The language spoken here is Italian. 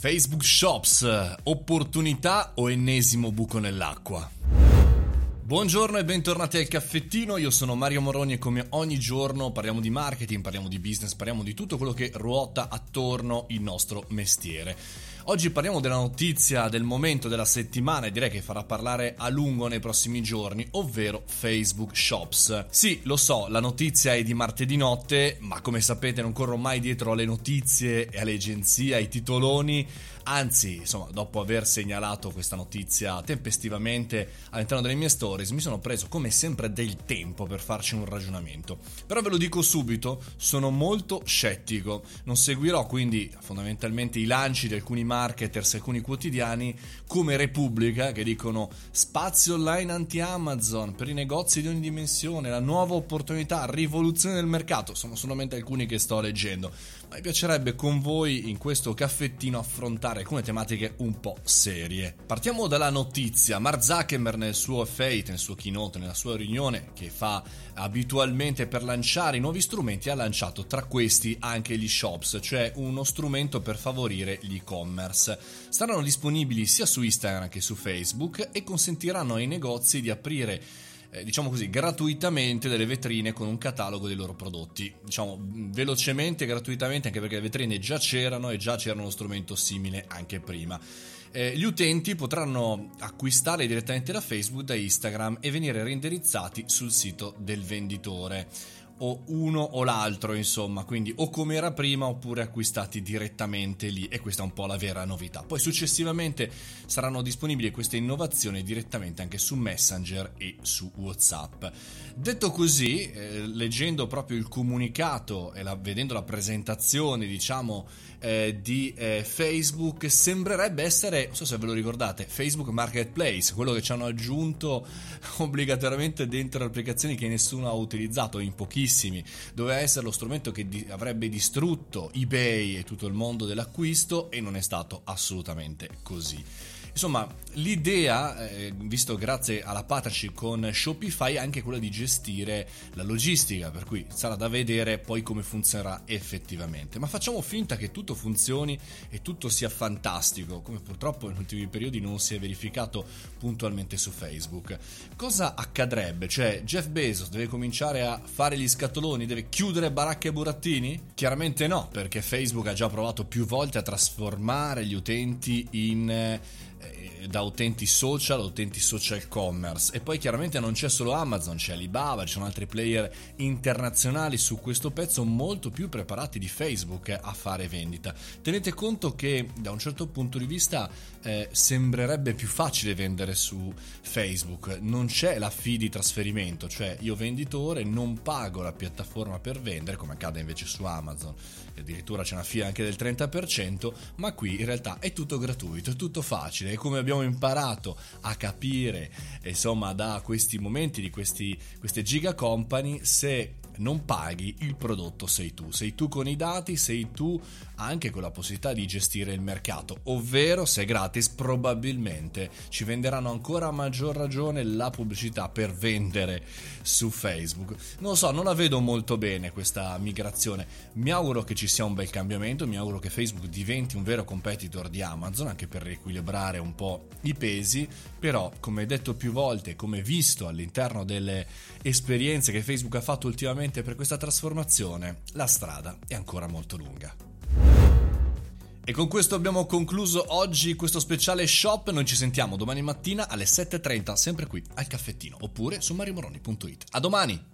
Facebook Shops, opportunità o ennesimo buco nell'acqua? Buongiorno e bentornati al caffettino, io sono Mario Moroni e come ogni giorno parliamo di marketing, parliamo di business, parliamo di tutto quello che ruota attorno il nostro mestiere. Oggi parliamo della notizia del momento della settimana e direi che farà parlare a lungo nei prossimi giorni, ovvero Facebook Shops. Sì, lo so, la notizia è di martedì notte, ma come sapete non corro mai dietro alle notizie e alle agenzie, ai titoloni. Anzi, insomma, dopo aver segnalato questa notizia tempestivamente all'interno delle mie stories, mi sono preso come sempre del tempo per farci un ragionamento. Però ve lo dico subito, sono molto scettico. Non seguirò quindi fondamentalmente i lanci di alcuni marketers, alcuni quotidiani come Repubblica che dicono spazio online anti-Amazon per i negozi di ogni dimensione, la nuova opportunità, rivoluzione del mercato. Sono solamente alcuni che sto leggendo. Ma mi piacerebbe con voi in questo caffettino affrontare alcune tematiche un po' serie. Partiamo dalla notizia. Mark Zuckerberg nel suo Fate, nel suo keynote, nella sua riunione che fa abitualmente per lanciare i nuovi strumenti, ha lanciato tra questi anche gli shops, cioè uno strumento per favorire gli e-commerce. Saranno disponibili sia su Instagram che su Facebook e consentiranno ai negozi di aprire diciamo così, gratuitamente delle vetrine con un catalogo dei loro prodotti, diciamo velocemente e gratuitamente, anche perché le vetrine già c'erano e già c'era uno strumento simile anche prima. Gli utenti potranno acquistare direttamente da Facebook, da Instagram e venire reindirizzati sul sito del venditore, o uno o l'altro, insomma, quindi o come era prima oppure acquistati direttamente lì, e questa è un po' la vera novità. Poi successivamente saranno disponibili queste innovazioni direttamente anche su Messenger e su WhatsApp. Detto così, leggendo proprio il comunicato e vedendo la presentazione, diciamo, di Facebook, sembrerebbe essere, non so se ve lo ricordate, Facebook Marketplace, quello che ci hanno aggiunto obbligatoriamente dentro le applicazioni che nessuno ha utilizzato, in pochissimi. Doveva essere lo strumento che avrebbe distrutto eBay e tutto il mondo dell'acquisto, e non è stato assolutamente così. Insomma, l'idea, visto grazie alla partnership con Shopify, è anche quella di gestire la logistica, per cui sarà da vedere poi come funzionerà effettivamente. Ma facciamo finta che tutto funzioni e tutto sia fantastico, come purtroppo in ultimi periodi non si è verificato puntualmente su Facebook. Cosa accadrebbe? Cioè, Jeff Bezos deve cominciare a fare gli scatoloni, deve chiudere baracche e burattini? Chiaramente no, perché Facebook ha già provato più volte a trasformare gli utenti da utenti social a utenti social commerce, e poi chiaramente non c'è solo Amazon, c'è Alibaba, ci sono altri player internazionali su questo pezzo molto più preparati di Facebook a fare vendita. Tenete conto che da un certo punto di vista sembrerebbe più facile vendere su Facebook, non c'è la fee di trasferimento, cioè io venditore non pago la piattaforma per vendere come accade invece su Amazon, addirittura c'è una fee anche del 30%, ma qui in realtà è tutto gratuito, è tutto facile, e come abbiamo imparato a capire insomma da questi momenti di queste giga company, se non paghi il prodotto sei tu con i dati, sei tu anche con la possibilità di gestire il mercato, ovvero se è gratis probabilmente ci venderanno ancora a maggior ragione la pubblicità per vendere su Facebook. Non lo so, non la vedo molto bene questa migrazione. Mi auguro che ci sia un bel cambiamento, mi auguro che Facebook diventi un vero competitor di Amazon, anche per riequilibrare un po' i pesi, però come detto più volte, come visto all'interno delle esperienze che Facebook ha fatto ultimamente per questa trasformazione, la strada è ancora molto lunga. E con questo abbiamo concluso oggi questo speciale shop. Noi ci sentiamo domani mattina alle 7:30 sempre qui al caffettino, oppure su mariomoroni.it. A domani!